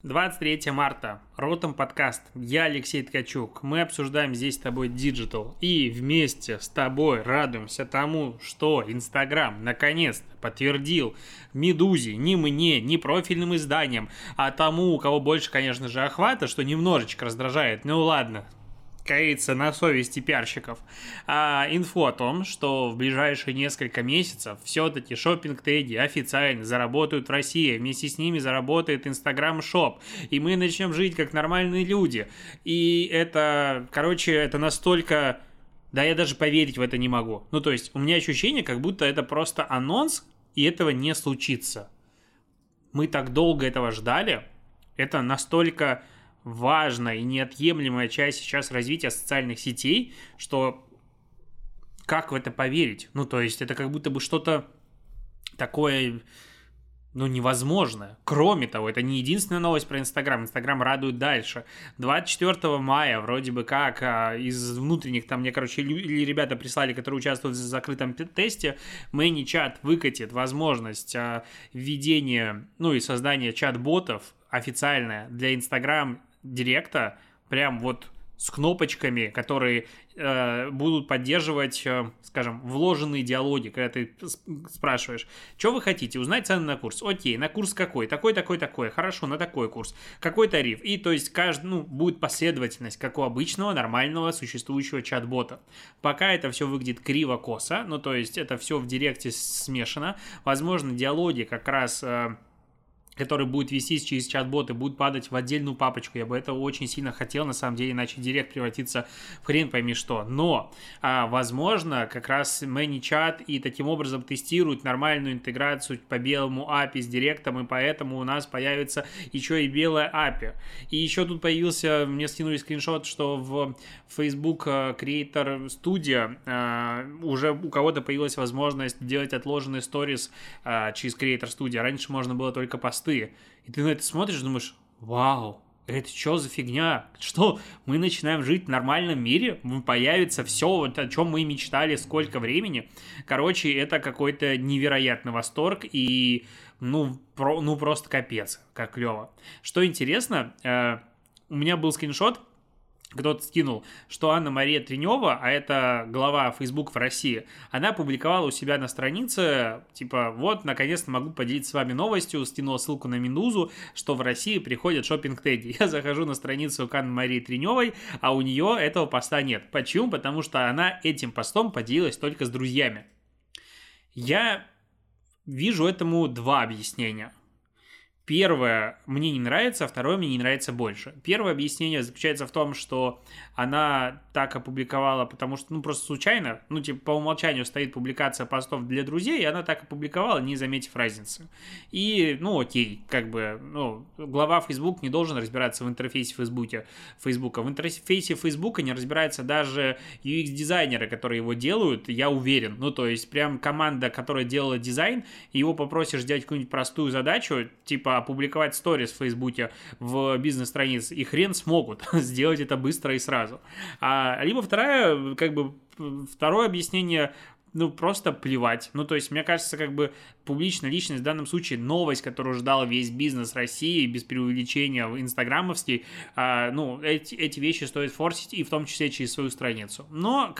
23 марта. Ротом подкаст. Я Алексей Ткачук. Мы обсуждаем здесь с тобой диджитал. И вместе с тобой радуемся тому, что Инстаграм наконец-то подтвердил Медузе, не мне, не профильным изданиям, а тому, у кого больше, конечно же, охвата, что немножечко раздражает. Ну ладно, кажется, на совести пиарщиков. Инфу о том, что в ближайшие несколько месяцев все-таки шоппинг-теги официально заработают в России. Вместе с ними заработает Instagram Shop. И мы начнем жить как нормальные люди. И это, это настолько... Да я даже поверить в это не могу. Ну, то есть, у меня ощущение, как будто это просто анонс, и этого не случится. Мы так долго этого ждали. Это настолько важная и неотъемлемая часть сейчас развития социальных сетей, что как в это поверить? Ну, то есть, это как будто бы что-то такое, невозможное. Кроме того, это не единственная новость про Инстаграм. Инстаграм радует дальше. 24 мая, вроде бы как, из внутренних, там мне, ребята прислали, которые участвуют в закрытом тесте, ManyChat выкатит возможность введения, и создания чат-ботов официально для Инстаграм Директа, прям вот с кнопочками, которые будут поддерживать, вложенные диалоги, когда ты спрашиваешь, что вы хотите, узнать цены на курс, окей, на курс какой, такой, хорошо, на такой курс, какой тариф, и то есть будет последовательность, как у обычного, нормального, существующего чат-бота. Пока это все выглядит криво-косо, то есть это все в Директе смешано, возможно, диалоги как раз... который будет вестись через чат-боты, будут падать в отдельную папочку. Я бы этого очень сильно хотел, на самом деле, иначе Директ превратится в хрен пойми что. Но, возможно, как раз ManyChat и таким образом тестируют нормальную интеграцию по белому API с Директом, и поэтому у нас появится еще и белая API. И еще тут появился, мне скинули скриншот, что в Facebook Creator Studio уже у кого-то появилась возможность делать отложенные сторис через Creator Studio. Раньше можно было только посты. И ты на это смотришь и думаешь, вау, это что за фигня? Что, мы начинаем жить в нормальном мире? Появится все, о чем мы мечтали сколько времени? Это какой-то невероятный восторг и, просто капец, как клево. Что интересно, у меня был скриншот, кто-то скинул, что Анна-Мария Тренева, а это глава Facebook в России, она публиковала у себя на странице, наконец-то могу поделиться с вами новостью, скинула ссылку на Медузу, что в России приходят шоппинг-теги. Я захожу на страницу к Анне-Марии Треневой, а у нее этого поста нет. Почему? Потому что она этим постом поделилась только с друзьями. Я вижу этому два объяснения. Первое мне не нравится, а второе мне не нравится больше. Первое объяснение заключается в том, что она так опубликовала, потому что, просто случайно, по умолчанию стоит публикация постов для друзей, и она так опубликовала, не заметив разницы. И, окей, глава Facebook не должен разбираться в интерфейсе Фейсбука. В интерфейсе Фейсбука не разбираются даже UX-дизайнеры, которые его делают, я уверен. Прям команда, которая делала дизайн, его попросишь сделать какую-нибудь простую задачу, опубликовать сторис в Фейсбуке в бизнес-странице, и хрен смогут сделать это быстро и сразу. Либо второе объяснение, просто плевать. Мне кажется, публичная личность, в данном случае новость, которую ждал весь бизнес России, без преувеличения в инстаграмовский, эти вещи стоит форсить, и в том числе через свою страницу. Но,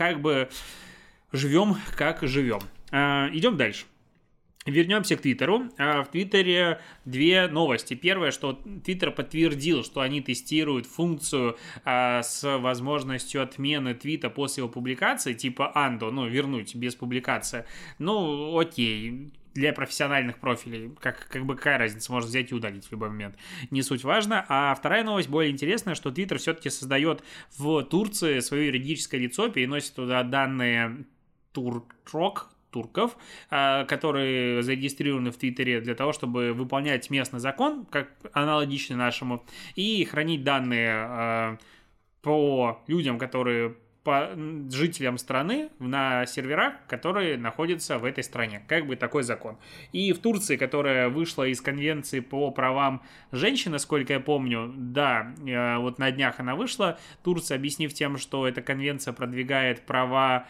живем, как живем. Идем дальше. Вернемся к Твиттеру. В Твиттере две новости. Первое, что Твиттер подтвердил, что они тестируют функцию с возможностью отмены твита после его публикации, типа undo, вернуть без публикации. Окей. Для профессиональных профилей, какая разница, можно взять и удалить в любой момент. Не суть важно. А вторая новость, более интересная, что Твиттер все-таки создает в Турции свое юридическое лицо, переносит туда данные турков, которые зарегистрированы в Твиттере для того, чтобы выполнять местный закон, как аналогичный нашему, и хранить данные по людям, которые по жителям страны на серверах, которые находятся в этой стране. Такой закон. И в Турции, которая вышла из конвенции по правам женщин, насколько я помню, да, на днях она вышла, Турция, объяснив тем, что эта конвенция продвигает права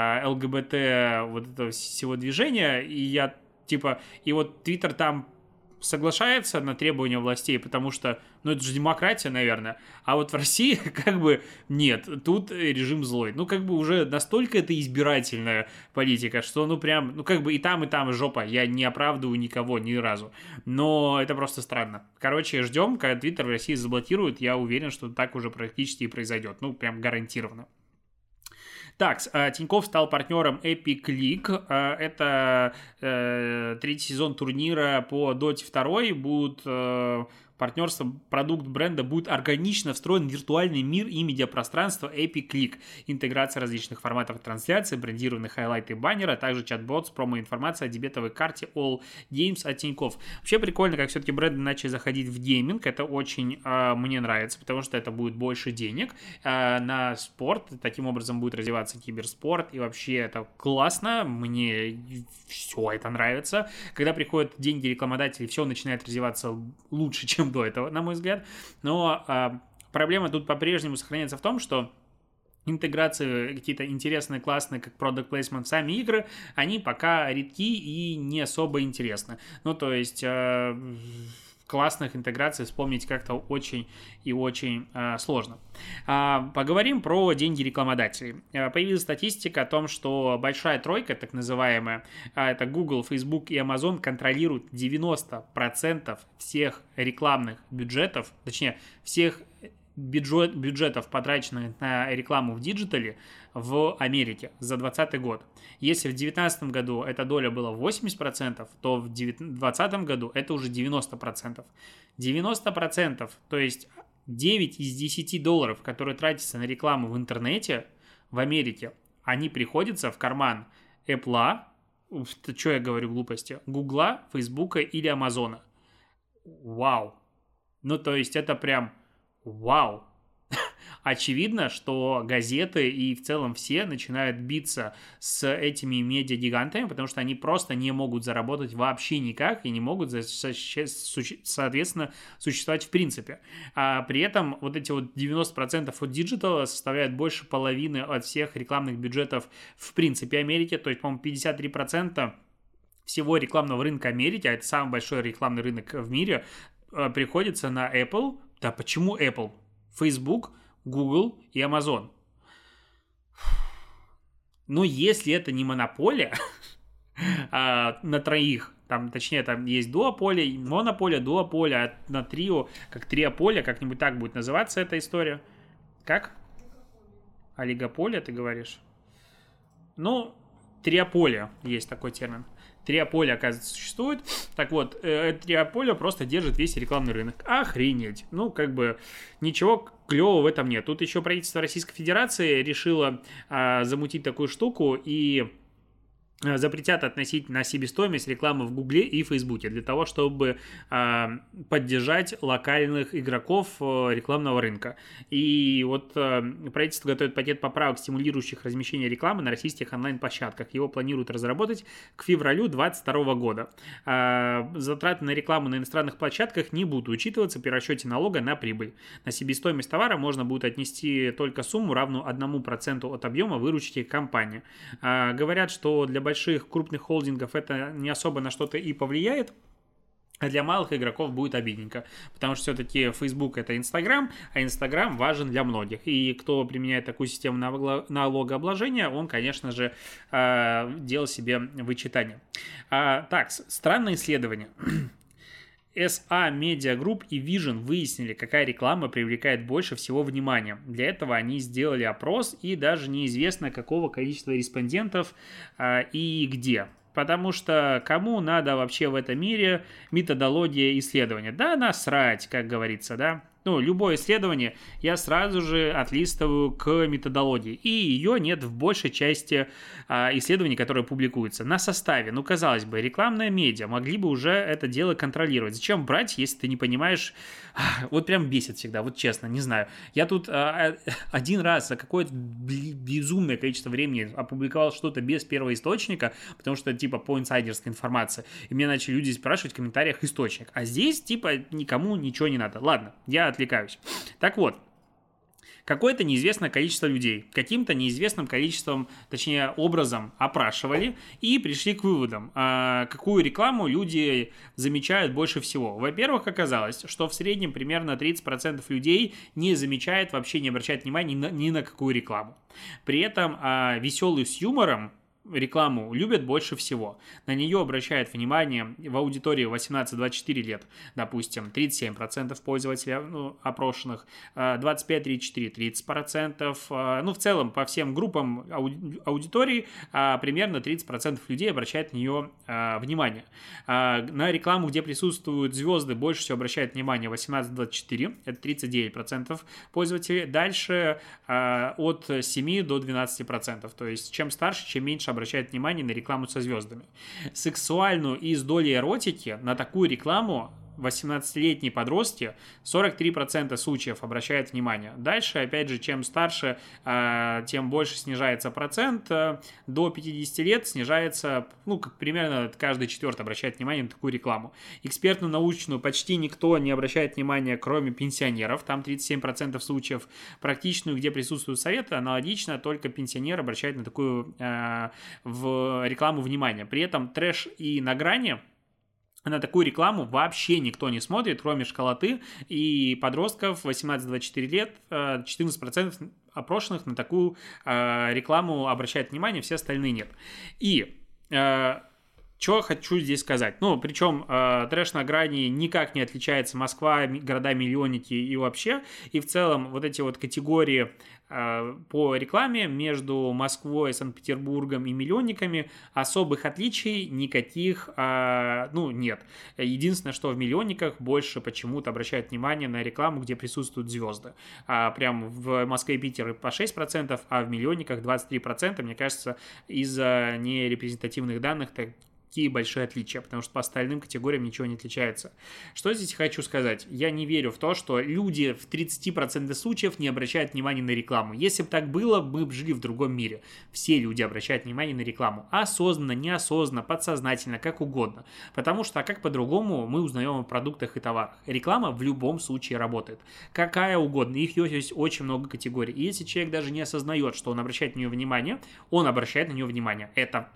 ЛГБТ, этого всего движения, и Твиттер там соглашается на требования властей, потому что, ну, это же демократия, наверное. А вот в России как бы нет, тут режим злой. Ну, как бы уже настолько это избирательная политика, что, ну, прям, ну, как бы и там жопа. Я не оправдываю никого ни разу. Но это просто странно. Короче, ждем, когда Твиттер в России заблокируют. Я уверен, что так уже практически и произойдет. Ну, прям гарантированно. Так, Тинькофф стал партнером Epic League. Это третий сезон турнира по Dota 2. Будут партнерство, продукт бренда будет органично встроен в виртуальный мир и медиапространство Epic League. Интеграция различных форматов трансляции, брендированных хайлайты и баннеры, а также чат-бот с промо-информацией о дебетовой карте All Games от Тинькофф. Вообще прикольно, как все-таки бренды начали заходить в гейминг. Это очень мне нравится, потому что это будет больше денег на спорт. Таким образом будет развиваться киберспорт. И вообще это классно. Мне все это нравится. Когда приходят деньги рекламодателей, все начинает развиваться лучше, чем до этого, на мой взгляд. Но проблема тут по-прежнему сохраняется в том, что интеграции какие-то интересные, классные, как product placement, сами игры, они пока редки и не особо интересны. Ну, то есть классных интеграций вспомнить как-то очень и очень сложно. Поговорим про деньги рекламодателей. Появилась статистика о том, что большая тройка, так называемая, это Google, Facebook и Amazon, контролируют 90% всех рекламных бюджетов, точнее, всех бюджетов, потраченных на рекламу в диджитале в Америке за 2020 год. Если в 2019 году эта доля была 80%, то в 2020 году это уже 90%. 90%, то есть 9 из 10 долларов, которые тратятся на рекламу в интернете в Америке, они приходятся в карман Apple, что я говорю глупости, Гугла, Фейсбука или Амазона. Вау. Ну, то есть это прям вау. Очевидно, что газеты и в целом все начинают биться с этими медиагигантами, потому что они просто не могут заработать вообще никак и не могут, соответственно, существовать в принципе. А при этом вот эти вот 90% от диджитала составляют больше половины от всех рекламных бюджетов в принципе Америки, то есть, по-моему, 53% всего рекламного рынка Америки, а это самый большой рекламный рынок в мире, приходится на Apple. Да почему Apple? Facebook, Google и Amazon. Но если это не монополия на троих, там, точнее, там есть дуополия, монополия, дуополия, а на трио, как триополия, как-нибудь так будет называться эта история. Как? Олигополия, ты говоришь? Ну, триополия есть такой термин. Триополия, оказывается, существует. Так вот, триополия просто держит весь рекламный рынок. Охренеть. Ну, как бы, ничего клевого в этом нет. Тут еще правительство Российской Федерации решило замутить такую штуку и запретят относить на себестоимость рекламы в Гугле и Фейсбуке для того, чтобы поддержать локальных игроков рекламного рынка. И вот правительство готовит пакет поправок, стимулирующих размещение рекламы на российских онлайн-площадках. Его планируют разработать к февралю 2022 года. Затраты на рекламу на иностранных площадках не будут учитываться при расчете налога на прибыль. На себестоимость товара можно будет отнести только сумму, равную 1% от объема выручки компании. Говорят, что для больших крупных холдингов это не особо на что-то и повлияет, а для малых игроков будет обидненько, потому что все-таки Facebook это Instagram, а Instagram важен для многих. И кто применяет такую систему налогообложения, он, конечно же, делал себе вычитание. Так, странное исследование. SA Media Group и Vision выяснили, какая реклама привлекает больше всего внимания. Для этого они сделали опрос, и даже неизвестно, какого количества респондентов и где. Потому что кому надо вообще в этом мире методология исследования? Да насрать, как говорится, да? Ну, любое исследование я сразу же отлистываю к методологии. И ее нет в большей части исследований, которые публикуются. На составе, ну, казалось бы, рекламная медиа могли бы уже это дело контролировать. Зачем брать, если ты не понимаешь? Вот прям бесит всегда, вот честно, не знаю. Я тут один раз за какое-то безумное количество времени опубликовал что-то без первоисточника, потому что, типа, по инсайдерской информации. И мне начали люди спрашивать в комментариях источник. А здесь, типа, никому ничего не надо. Ладно, я отвлекаюсь. Так вот, Какое-то неизвестное количество людей каким-то неизвестным количеством, точнее, образом опрашивали и пришли к выводам, какую рекламу люди замечают больше всего. Во-первых, оказалось, что в среднем примерно 30% людей не замечает, вообще не обращает внимания ни на какую рекламу. При этом веселый с юмором рекламу любят больше всего. На нее обращают внимание в аудитории 18-24 лет, допустим, 37% пользователей, опрошенных, 25-34, 30%. В целом, по всем группам аудитории примерно 30% людей обращают на нее внимание. На рекламу, где присутствуют звезды, больше всего обращают внимание 18-24, это 39% пользователей. Дальше от 7 до 12%. То есть, чем старше, чем меньше обращает внимание на рекламу со звездами. Сексуальную и с долей эротики на такую рекламу 18-летние подростки 43% случаев обращают внимание. Дальше, опять же, чем старше, тем больше снижается процент. До 50 лет снижается, примерно каждый четвертый обращает внимание на такую рекламу. Экспертную научную почти никто не обращает внимания, кроме пенсионеров. Там 37% случаев. Практичную, где присутствуют советы, аналогично, только пенсионер обращает на такую в рекламу внимание. При этом трэш и на грани на такую рекламу вообще никто не смотрит, кроме школоты и подростков 18-24 лет. 14% опрошенных на такую рекламу обращают внимание, все остальные нет. И что хочу здесь сказать. Причем трэш на грани никак не отличается Москва, города-миллионники и вообще. И в целом вот эти вот категории по рекламе между Москвой, Санкт-Петербургом и миллионниками особых отличий никаких нет. Единственное, что в миллионниках больше почему-то обращают внимание на рекламу, где присутствуют звезды. Прям в Москве и Питере по 6%, а в миллионниках 23%. Мне кажется, из-за нерепрезентативных данных такие большие отличия, потому что по остальным категориям ничего не отличается. Что здесь хочу сказать? Я не верю в то, что люди в 30% случаев не обращают внимания на рекламу. Если бы так было, мы бы жили в другом мире. Все люди обращают внимание на рекламу. Осознанно, неосознанно, подсознательно, как угодно. Потому что, как по-другому мы узнаем о продуктах и товарах? Реклама в любом случае работает. Какая угодно. Их есть очень много категорий. И если человек даже не осознает, что он обращает на нее внимание, он обращает на нее внимание. Это,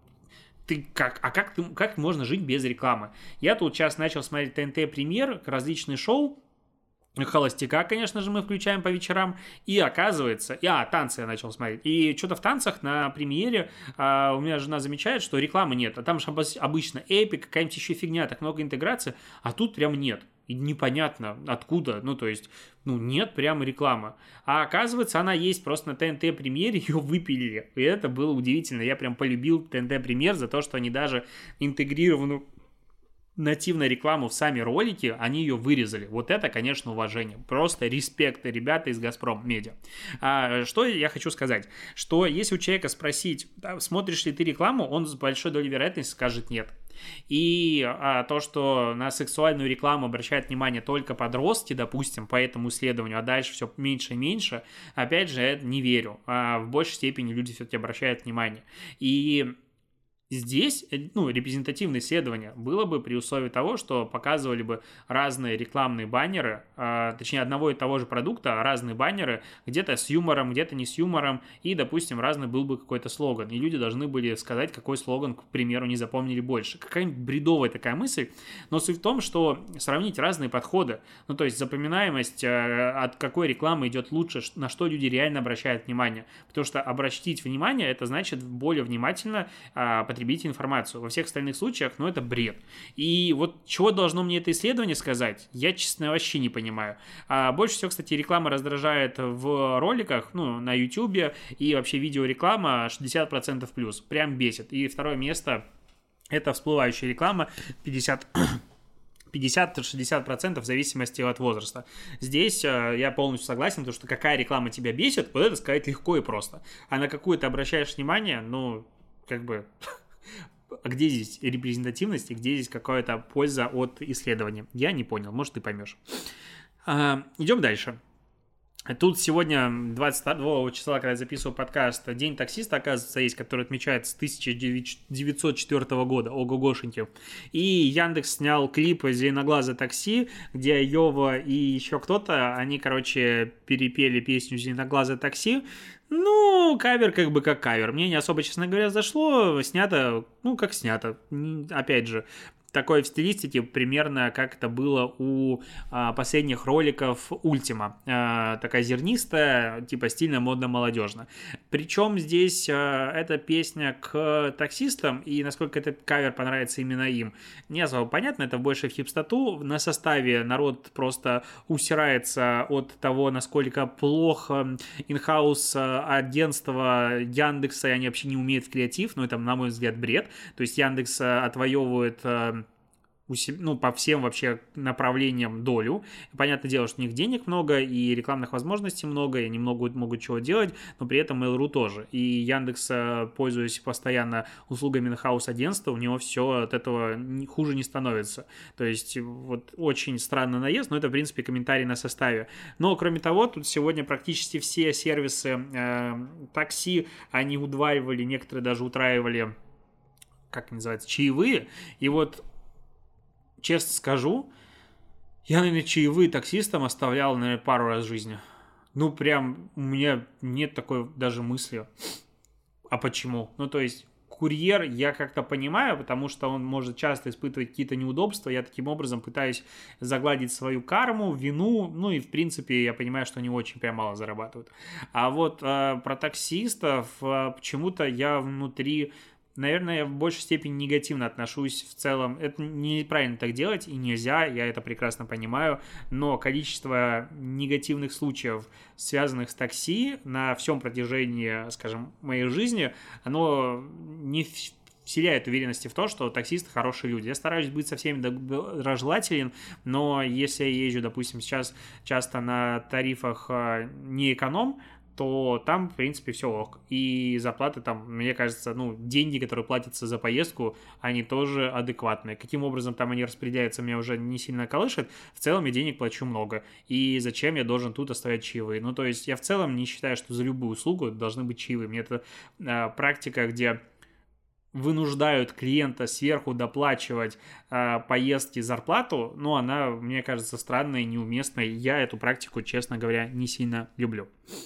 как можно жить без рекламы? Я тут сейчас начал смотреть ТНТ Премьер, различные шоу, Холостяка, конечно же, мы включаем по вечерам, и оказывается, танцы я начал смотреть, и что-то в танцах на премьере у меня жена замечает, что рекламы нет, а там же обычно эпик, какая-нибудь еще фигня, так много интеграции, а тут прям нет. И непонятно откуда, нет прямо рекламы. А оказывается, она есть просто на ТНТ Премьере, ее выпилили. И это было удивительно. Я прям полюбил ТНТ Премьер за то, что они даже интегрированную нативную рекламу в сами ролики, они ее вырезали. Вот это, конечно, уважение. Просто респект, ребята из Газпром Медиа. Что я хочу сказать? Что если у человека спросить, смотришь ли ты рекламу, он с большой долей вероятности скажет нет. И то, что на сексуальную рекламу обращают внимание только подростки, допустим, по этому исследованию, а дальше все меньше и меньше, опять же, я не верю. В большей степени люди все-таки обращают внимание. И здесь, репрезентативное исследование было бы при условии того, что показывали бы разные рекламные баннеры, точнее, одного и того же продукта, разные баннеры, где-то с юмором, где-то не с юмором, и, допустим, разный был бы какой-то слоган, и люди должны были сказать, какой слоган, к примеру, не запомнили больше. Какая-нибудь бредовая такая мысль, но суть в том, что сравнить разные подходы, то есть запоминаемость, от какой рекламы идет лучше, на что люди реально обращают внимание, потому что обратить внимание, это значит более внимательно потребить информацию. Во всех остальных случаях, это бред. И вот чего должно мне это исследование сказать, я, честно, вообще не понимаю. Больше всего, кстати, реклама раздражает в роликах, на YouTube, и вообще видеореклама 60% плюс. Прям бесит. И второе место — это всплывающая реклама 50-60% в зависимости от возраста. Здесь я полностью согласен, потому что какая реклама тебя бесит, вот это сказать легко и просто. А на какую ты обращаешь внимание, а где здесь репрезентативность и где здесь какая-то польза от исследования? Я не понял, может, ты поймешь. Идем дальше. Тут сегодня, 22 числа, когда я записываю подкаст, День таксиста, оказывается, есть, который отмечается с 1904 года, ого-гошеньки. И Яндекс снял клип «Зеленоглазое такси», где Йова и еще кто-то, они, короче, перепели песню «Зеленоглазое такси». Ну, кавер как кавер. Мне не особо, честно говоря, зашло. Снято, как снято. Опять же, такое в стилистике примерно как это было у последних роликов Ультима. Такая зернистая, типа стильно, модно, молодежно. Причем здесь эта песня к таксистам, и насколько этот кавер понравится именно им, не особо понятно, это больше в хипстоту. На составе народ просто усирается от того, насколько плохо инхаус агентство Яндекса, и они вообще не умеют в креатив, но это, на мой взгляд, бред. То есть Яндекс отвоевывает по всем вообще направлениям долю. Понятное дело, что у них денег много и рекламных возможностей много, и они могут чего делать, но при этом Mail.ru тоже. И Яндекс, пользуясь постоянно услугами in-house агентства, у него все от этого хуже не становится. То есть вот очень странный наезд, но это, в принципе, комментарий на составе. Но, кроме того, тут сегодня практически все сервисы такси, они удваивали, некоторые даже утраивали, как это называется, чаевые. И вот честно скажу, я, наверное, чаевые таксистам оставлял, наверное, пару раз в жизни. Ну, прям у меня нет такой даже мысли. А почему? Ну, то есть, курьер я как-то понимаю, потому что он может часто испытывать какие-то неудобства. Я таким образом пытаюсь загладить свою карму, вину. Ну, и, в принципе, я понимаю, что они очень прям мало зарабатывают. А вот про таксистов почему-то я внутри... Наверное, я в большей степени негативно отношусь в целом. Это неправильно так делать, и нельзя, я это прекрасно понимаю, но количество негативных случаев, связанных с такси на всем протяжении, скажем, моей жизни, оно не вселяет уверенности в то, что таксисты хорошие люди. Я стараюсь быть со всеми доброжелателен, но если я езжу, допустим, сейчас часто на тарифах не эконом, то там, в принципе, все ок. И зарплаты там, мне кажется, деньги, которые платятся за поездку, они тоже адекватные. Каким образом там они распределяются, меня уже не сильно колышет. В целом я денег плачу много. И зачем я должен тут оставлять чаевые? Ну, то есть я в целом не считаю, что за любую услугу должны быть чаевые. Мне это практика, где вынуждают клиента сверху доплачивать поездки зарплату, но она, мне кажется, странной, неуместной. Я эту практику, честно говоря, не сильно люблю.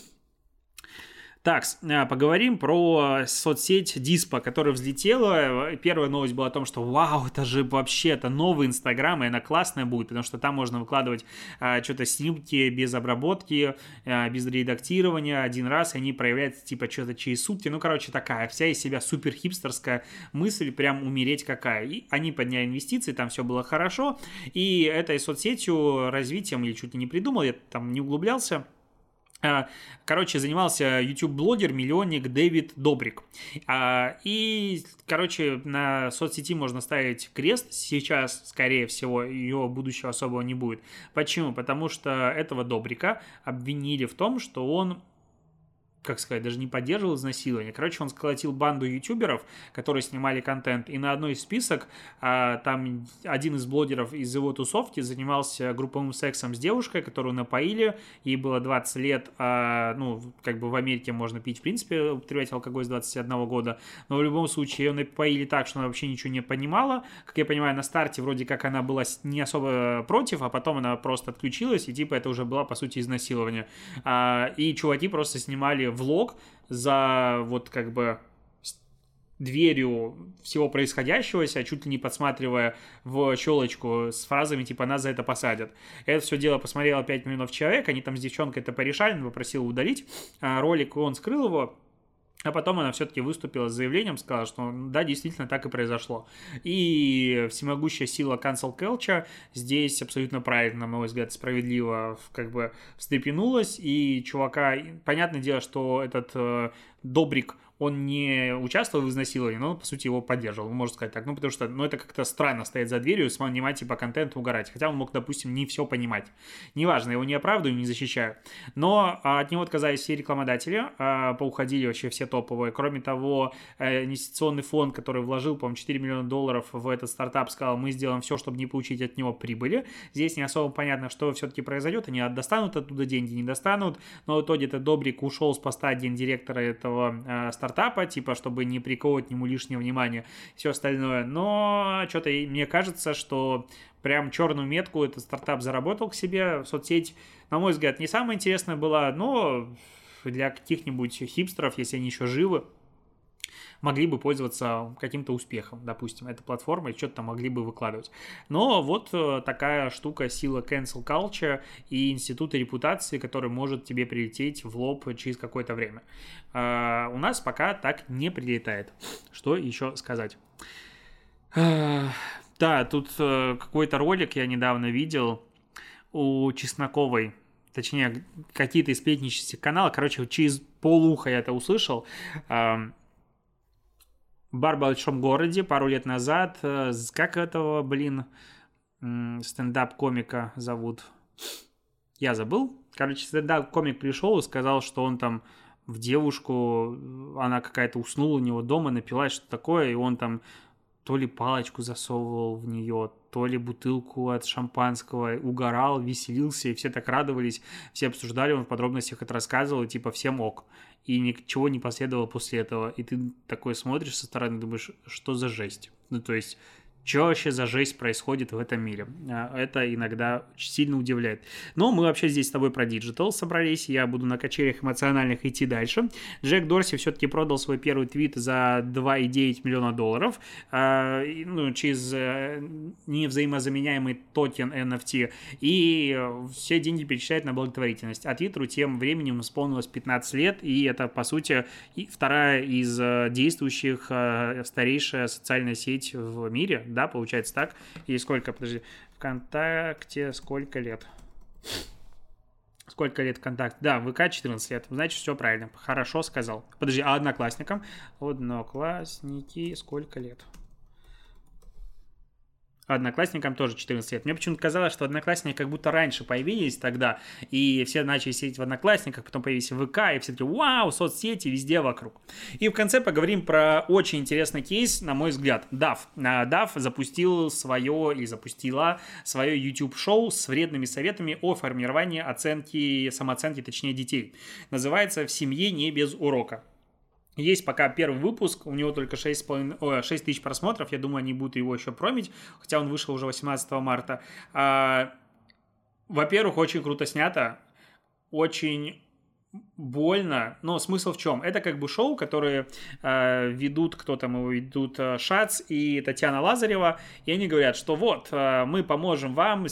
Так, поговорим про соцсеть Диспа, которая взлетела. Первая новость была о том, что вау, это же вообще это новый Инстаграм, и она классная будет, потому что там можно выкладывать что-то снимки без обработки, без редактирования один раз, и они проявляются типа что-то через сутки. Ну, короче, такая вся из себя супер хипстерская мысль, прям умереть какая. И они подняли инвестиции, там все было хорошо, и этой соцсетью развитием я чуть ли не придумал, я там не углублялся. Короче, занимался YouTube-блогер, миллионник Дэвид Добрик. И, короче, на соцсети можно ставить крест. Сейчас, скорее всего, ее будущего особого не будет. Почему? Потому что этого Добрика обвинили в том, что он, как сказать, даже не поддерживал изнасилование. Короче, он сколотил банду ютуберов, которые снимали контент, и на одной из список там один из блогеров из его тусовки занимался групповым сексом с девушкой, которую напоили, ей было 20 лет, в Америке можно пить, в принципе, употреблять алкоголь с 21 года, но в любом случае ее напоили так, что она вообще ничего не понимала. Как я понимаю, на старте вроде как она была не особо против, а потом она просто отключилась, и типа это уже было, по сути, изнасилование. И чуваки просто снимали влог за дверью всего происходящегося, чуть ли не подсматривая в щелочку с фразами типа «нас за это посадят». Это все дело посмотрело 5 миллионов человек, они там с девчонкой это порешали, он попросил удалить ролик, он скрыл его. А потом она все-таки выступила с заявлением, сказала, что да, действительно так и произошло. И всемогущая сила cancel culture здесь абсолютно правильно, на мой взгляд, справедливо встрепенулась. И чувака, понятное дело, что этот Добрик, он не участвовал в изнасиловании, но, по сути, его поддерживал, можно сказать так. Ну, потому что, это как-то странно стоять за дверью, снимать, типа, контент, угорать. Хотя он мог, допустим, не все понимать. Неважно, его не оправдываю, не защищаю. Но от него отказались все рекламодатели, поуходили вообще все топовые. Кроме того, инвестиционный фонд, который вложил, по-моему, $4 миллиона в этот стартап, сказал, мы сделаем все, чтобы не получить от него прибыли. Здесь не особо понятно, что все-таки произойдет. Они достанут оттуда деньги, не достанут. Но в итоге этот Добрик ушел с поста гендиректора этого стартапа, типа, чтобы не приковывать к нему лишнее внимание, все остальное. Но что-то мне кажется, что прям черную метку этот стартап заработал к себе. Соцсеть, на мой взгляд, не самая интересная была, но для каких-нибудь хипстеров, если они еще живы, могли бы пользоваться каким-то успехом, допустим, этой платформой, что-то там могли бы выкладывать. Но вот такая штука, сила cancel culture и института репутации, который может тебе прилететь в лоб через какое-то время. У нас пока так не прилетает. Что еще сказать? Да, тут какой-то ролик я недавно видел у Чесноковой, точнее, какие-то из сплетнических каналов, короче, через полуха я это услышал. Бар в большом городе пару лет назад. Как этого, стендап-комика зовут? Я забыл. Короче, стендап-комик пришел и сказал, что он там в девушку, она какая-то уснула у него дома, напилась, что такое, и он там то ли палочку засовывал в нее, то ли бутылку от шампанского, угорал, веселился, и все так радовались, все обсуждали, он в подробностях это рассказывал, и типа всем ок. И ничего не последовало после этого. И ты такой смотришь со стороны, думаешь, что за жесть? Ну, то есть, что вообще за жесть происходит в этом мире? Это иногда очень сильно удивляет. Но мы вообще здесь с тобой про диджитал собрались. Я буду на качелях эмоциональных идти дальше. Джек Дорси все-таки продал свой первый твит за $2,9 миллиона. Через невзаимозаменяемый токен NFT. И все деньги перечисляют на благотворительность. А Твиттеру тем временем исполнилось 15 лет. И это, по сути, вторая из действующих старейшая социальная сеть в мире. Да, получается так. И сколько, подожди, ВКонтакте сколько лет? Сколько лет ВКонтакте? Да, ВК 14 лет. Значит, все правильно. Хорошо сказал. Подожди, а Одноклассникам? Одноклассники сколько лет? Одноклассникам тоже 14 лет. Мне почему-то казалось, что Одноклассники как будто раньше появились тогда, и все начали сидеть в Одноклассниках, потом появились в ВК, и все таки вау, соцсети везде вокруг. И в конце поговорим про очень интересный кейс, на мой взгляд, DAF. DAF запустила свое YouTube-шоу с вредными советами о формировании самооценки, точнее, детей. Называется «В семье не без урока». Есть пока первый выпуск, у него только 6 тысяч просмотров, я думаю, они будут его еще промить, хотя он вышел уже 18 марта. Во-первых, очень круто снято, очень больно, но смысл в чем? Это как бы шоу, которое ведут, кто там его ведут, Шац и Татьяна Лазарева, и они говорят, что вот, мы поможем вам,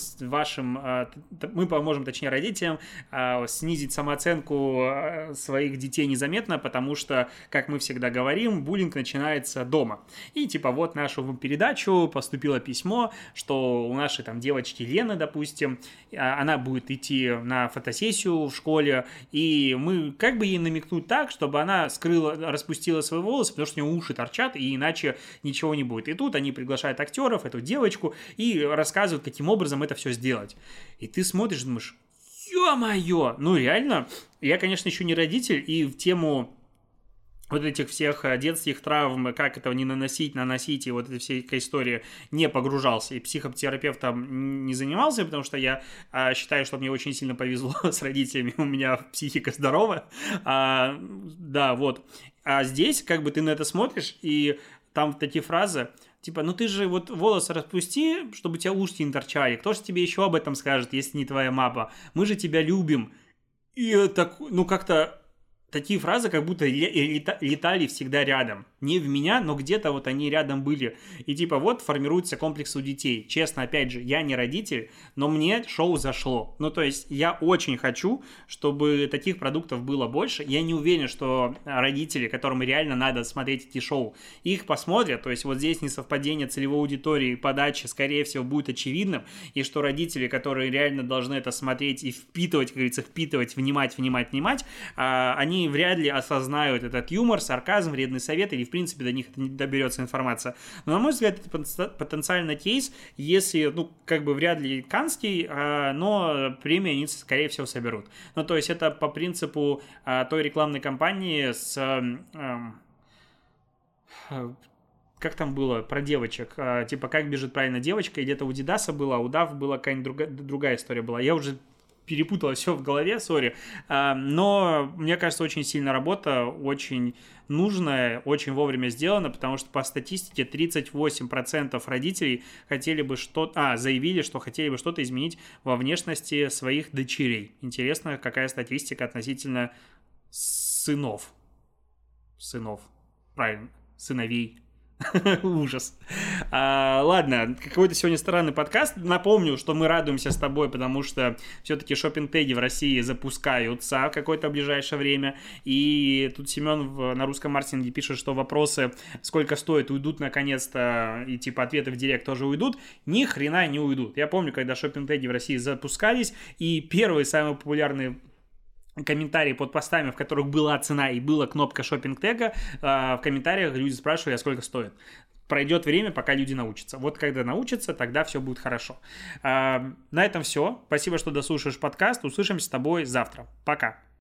мы поможем, точнее, родителям снизить самооценку своих детей незаметно, потому что, как мы всегда говорим, буллинг начинается дома. И типа вот нашу передачу поступило письмо, что у нашей там девочки Лены, допустим, она будет идти на фотосессию в школе, и мы как бы ей намекнуть так, чтобы она распустила свои волосы, потому что у нее уши торчат, и иначе ничего не будет. И тут они приглашают актеров, эту девочку, и рассказывают, каким образом это все сделать. И ты смотришь, думаешь, ё-моё, ну реально, я, конечно, еще не родитель, и в тему вот этих всех детских травм, как этого не наносить, и вот эта вся история не погружался, и психотерапевтом не занимался, потому что я считаю, что мне очень сильно повезло с родителями, у меня психика здоровая, да, вот. А здесь как бы ты на это смотришь, и там такие фразы, типа, ну ты же вот волосы распусти, чтобы у тебя ушки не торчали, кто же тебе еще об этом скажет, если не твоя мама, мы же тебя любим, и так, ну как-то такие фразы как будто летали всегда рядом. Не в меня, но где-то вот они рядом были. И типа вот формируется комплекс у детей. Честно, опять же, я не родитель, но мне шоу зашло. Ну то есть я очень хочу, чтобы таких продуктов было больше. Я не уверен, что родители, которым реально надо смотреть эти шоу, их посмотрят. То есть вот здесь несовпадение целевой аудитории и подачи, скорее всего, будет очевидным. И что родители, которые реально должны это смотреть и впитывать, как говорится, внимать, они они вряд ли осознают этот юмор, сарказм, вредный совет, или в принципе до них не доберется информация. Но, на мой взгляд, это потенциально кейс, если, вряд ли канский, но премию они, скорее всего, соберут. Ну, то есть это по принципу той рекламной кампании с... как там было про девочек, типа как бежит правильно девочка, и где-то у Дидаса было, а у Дав была какая-нибудь другая история была. Я уже перепутала все в голове, сори. Но мне кажется, очень сильная работа, очень нужная, очень вовремя сделана, потому что по статистике 38% родителей заявили, что хотели бы что-то изменить во внешности своих дочерей. Интересно, какая статистика относительно сынов. Правильно, сыновей. Ужас. Ладно, какой-то сегодня странный подкаст. Напомню, что мы радуемся с тобой, потому что все-таки шоппинг-теги в России запускаются в какое-то ближайшее время. И тут Семен на русском маркетинге пишет, что вопросы, сколько стоит, уйдут наконец-то, и типа ответы в директ тоже уйдут. Ни хрена не уйдут. Я помню, когда шоппинг-теги в России запускались, и первые самые популярные комментарии под постами, в которых была цена и была кнопка шоппинг-тега, в комментариях люди спрашивали, а сколько стоит. Пройдет время, пока люди научатся. Вот когда научатся, тогда все будет хорошо. На этом все. Спасибо, что дослушаешь подкаст. Услышимся с тобой завтра. Пока.